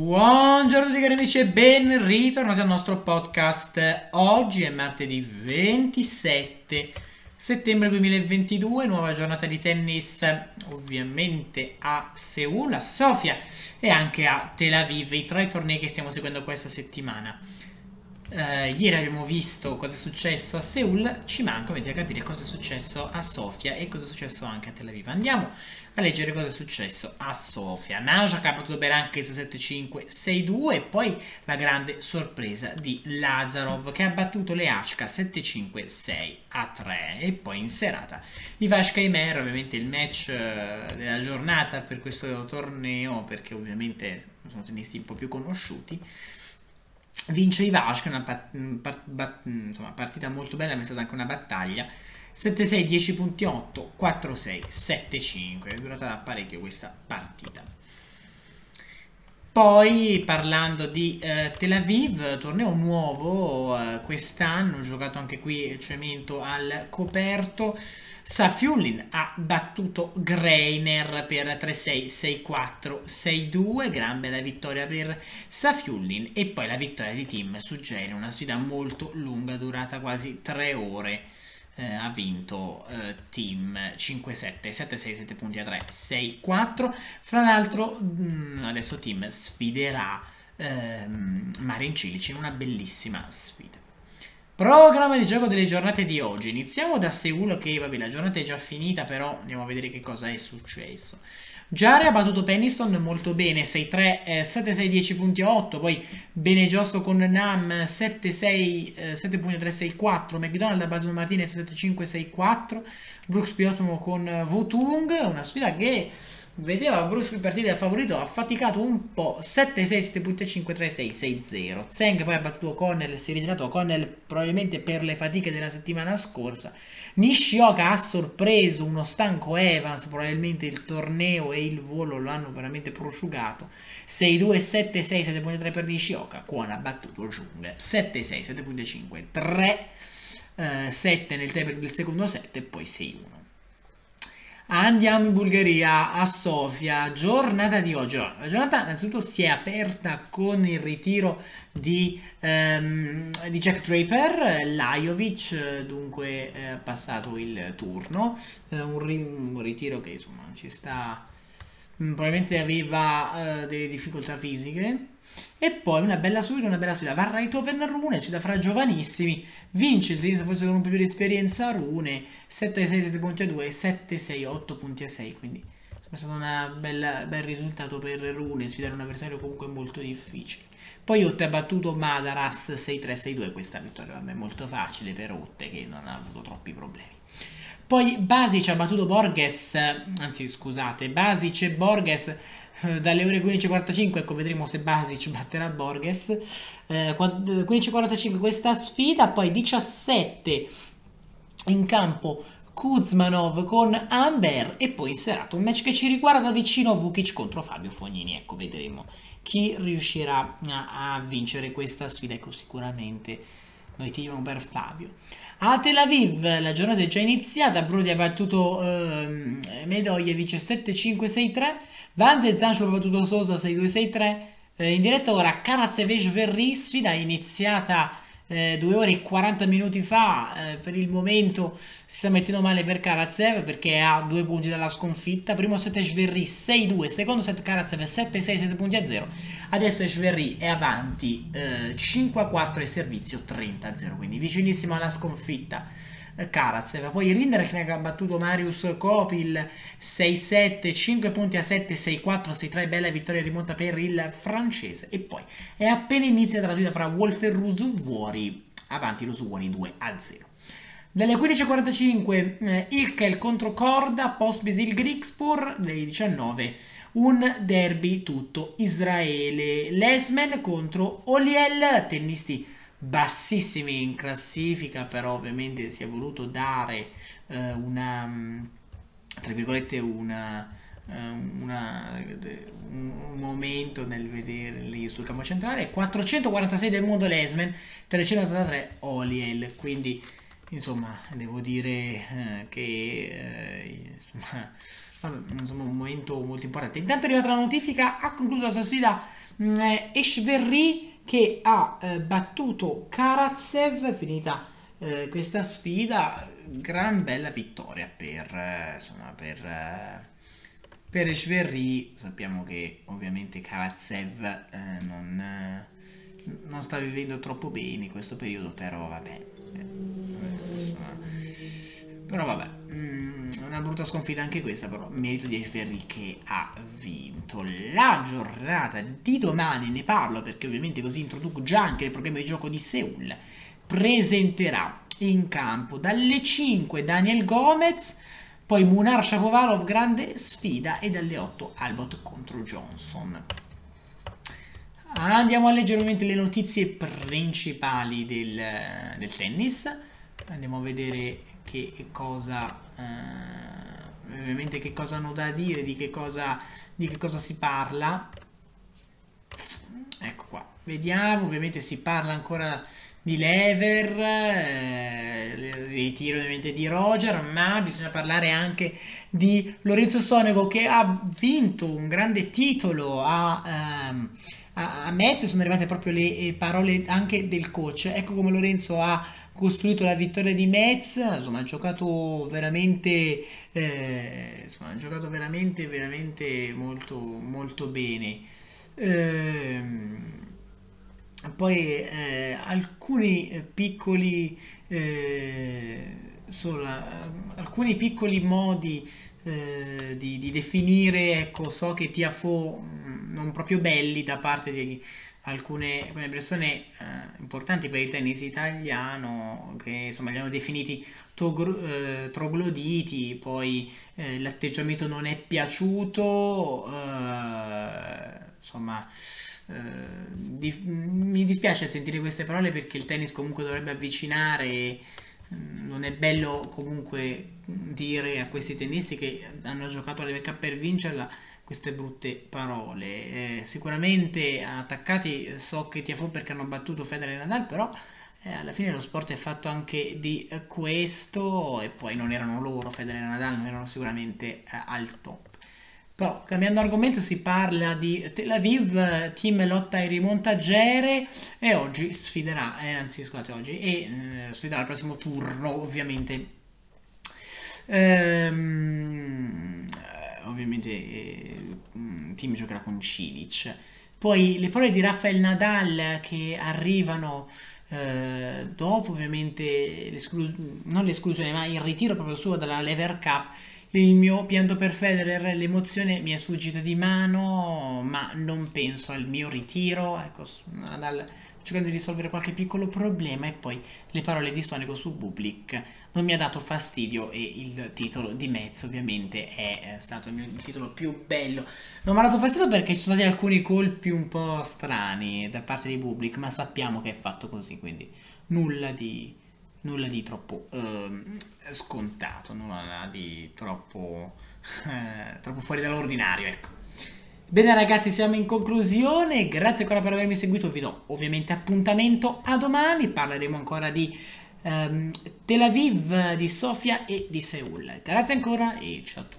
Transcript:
Buongiorno a tutti cari amici e ben ritornati al nostro podcast. Oggi è martedì 27 settembre 2022, nuova giornata di tennis ovviamente a Seul, a Sofia e anche a Tel Aviv, i tre tornei che stiamo seguendo questa settimana. Ieri abbiamo visto cosa è successo a Seul, ci manca ovviamente a capire cosa è successo a Sofia e cosa è successo anche a Tel Aviv. Andiamo a leggere cosa è successo a Sofia. Nauja che ha potuto bere anche 6-7-5, 6-2 e poi la grande sorpresa di Lazarov che ha battuto le Ashka 7-5, 6-3 e poi in serata Ivashka Imer, ovviamente il match della giornata per questo torneo perché ovviamente sono tennisti un po' più conosciuti. Vince Ivashka, insomma, partita molto bella, ma è stata anche una battaglia. 7-6, 10.8, 4-6, 7-5. È durata parecchio questa partita. Poi parlando di Tel Aviv, torneo nuovo quest'anno, giocato anche qui cemento al coperto. Safiullin ha battuto Greiner per 3-6, 6-4, 6-2, gran bella vittoria per Safiullin e poi la vittoria di Tim su Gene, una sfida molto lunga, durata quasi 3 ore. Ha vinto Tim 5-7, 7-6, 7 punti a 3, 6-4. Fra l'altro adesso Tim sfiderà Marin Cilic in una bellissima sfida. Programma di gioco delle giornate di oggi. Iniziamo da Seul, che vabbè, la giornata è già finita, però andiamo a vedere che cosa è successo. Jare ha battuto Peniston molto bene, 6-3, 7-6, 10.8, poi bene Giosso con Nam 7-6, 7.3, 6-4, McDonald ha battuto Martinez 7-5, 6-4, Brooks Piotomo con Wutung, una sfida che vedeva Brooks partire da favorito, ha faticato un po', 7-6, 7.5, 3-6, 6-0. Zeng poi ha battuto Connell, si è ritirato Connell probabilmente per le fatiche della settimana scorsa. Nishioka ha sorpreso uno stanco Evans, probabilmente il torneo e il volo lo hanno veramente prosciugato. 6-2, 7-6, 7.3 per Nishioka. Kwon ha battuto Jung 7-6, 7.5, 3-7 nel tempo del secondo set e poi 6-1. Andiamo in Bulgaria, a Sofia, giornata di oggi. Allora, la giornata innanzitutto si è aperta con il ritiro di Jack Draper, Lajovic dunque ha passato il turno, un ritiro che insomma ci sta, probabilmente aveva delle difficoltà fisiche. E poi una bella sfida. Va Raitoven Rune, sfida fra giovanissimi. Vince il tennis forse con un po' più di esperienza Rune. 7-6, 7.2, 7-6, 8.6. Quindi è stato un bel risultato per Rune. Sfidare un avversario comunque molto difficile. Poi Otte ha battuto Madaras 6-3, 6-2. Questa vittoria vabbè, molto facile per Otte che non ha avuto troppi problemi. Poi Basic ha battuto Borges, anzi scusate, Basic e Borges dalle ore 15.45, ecco vedremo se Basic batterà Borges. 15.45 questa sfida, poi 17 in campo Kuzmanov con Amber e poi in serata un match che ci riguarda da vicino, Vukic contro Fabio Fognini. Ecco, vedremo chi riuscirà a vincere questa sfida. Ecco, sicuramente noi tiriamo per Fabio. A Tel Aviv la giornata è già iniziata, Brody ha battuto Medojevic 7-5-6-3, Van de Zandt ha battuto Sosa 6-2-6-3, in diretta ora Karatsev Verri, sfida iniziata 2 ore e 40 minuti fa, per il momento si sta mettendo male per Karatsev perché ha 2 punti dalla sconfitta, primo set Sveri 6-2, secondo set Karatsev 7-6, 7 punti a 0, adesso Sveri è avanti 5-4 e servizio 30-0, quindi vicinissimo alla sconfitta Karatsev. Poi Rinderknecht che ha battuto Marius Kopil 6-7, 5 punti a 7, 6-4, 6-3, bella vittoria rimonta per il francese. E poi è appena iniziata la sfida fra Wolf e Rusuvuori, avanti Rusuvuori 2-0. Dalle 15.45 Ilkel contro Korda, Pospisil Grigspor, dalle 19 un derby tutto Israele, Lesmen contro Oliel, tennisti bassissimi in classifica, però ovviamente si è voluto dare tra virgolette un momento nel vederli sul campo centrale. 446 del mondo Lesmen, 383 Oliel, quindi insomma devo dire che insomma, vabbè, insomma, un momento molto importante. Intanto è arrivata la notifica, ha concluso la sua sfida Eshverri, che ha battuto Karatsev, finita questa sfida. Gran bella vittoria insomma, per Eshverri. Sappiamo che ovviamente Karatsev non sta vivendo troppo bene in questo periodo, però vabbè. Insomma, però vabbè, una brutta sconfitta anche questa, però merito di Eshverri che ha vinto. La giornata di domani ne parlo perché ovviamente così introduco già anche il programma di gioco di Seoul. Presenterà in campo dalle 5 Daniel Gomez, poi Munar Shapovalov, grande sfida, e dalle 8 Albot contro Johnson. Andiamo a leggere ovviamente le notizie principali del tennis. Andiamo a vedere che cosa ovviamente che cosa hanno da dire, di che cosa si parla. Ecco qua, vediamo, ovviamente si parla ancora di Lever, il ritiro ovviamente di Roger, ma bisogna parlare anche di Lorenzo Sonego, che ha vinto un grande titolo a Metz. Sono arrivate proprio le parole anche del coach. Ecco come Lorenzo ha costruito la vittoria di Metz. Insomma, ha giocato veramente veramente molto molto bene. Poi alcuni piccoli alcuni piccoli modi di definire, ecco, so che Tiafoe non proprio belli da parte di alcune persone importanti per il tennis italiano, che insomma li hanno definiti trogloditi. Poi l'atteggiamento non è piaciuto, insomma. Mi dispiace sentire queste parole perché il tennis comunque dovrebbe avvicinare e non è bello comunque dire a questi tennisti che hanno giocato alla Cup per vincerla queste brutte parole. Sicuramente attaccati, so che Tiafoe perché hanno battuto Federer e Nadal, però alla fine lo sport è fatto anche di questo, e poi non erano loro, Federer e Nadal non erano sicuramente al top. Però, cambiando argomento, si parla di Tel Aviv, team lotta e rimonta Gere, e oggi sfiderà, sfiderà il prossimo turno, ovviamente. Ovviamente il team giocherà con Cilic. Poi le parole di Rafael Nadal che arrivano dopo ovviamente non l'esclusione, ma il ritiro proprio suo dalla Lever Cup. Il mio pianto per Federer, l'emozione mi è sfuggita di mano, ma non penso al mio ritiro. Ecco, Nadal cercando di risolvere qualche piccolo problema. E poi le parole di Sonego su Bublik: non mi ha dato fastidio, e il titolo di Metz ovviamente è stato il titolo più bello. Non mi ha dato fastidio perché ci sono stati alcuni colpi un po' strani da parte di Bublik, ma sappiamo che è fatto così, quindi nulla di troppo scontato, nulla di troppo fuori dall'ordinario, ecco. Bene ragazzi, siamo in conclusione, grazie ancora per avermi seguito, vi do ovviamente appuntamento a domani, parleremo ancora di Tel Aviv, di Sofia e di Seoul. Grazie ancora e ciao a tutti.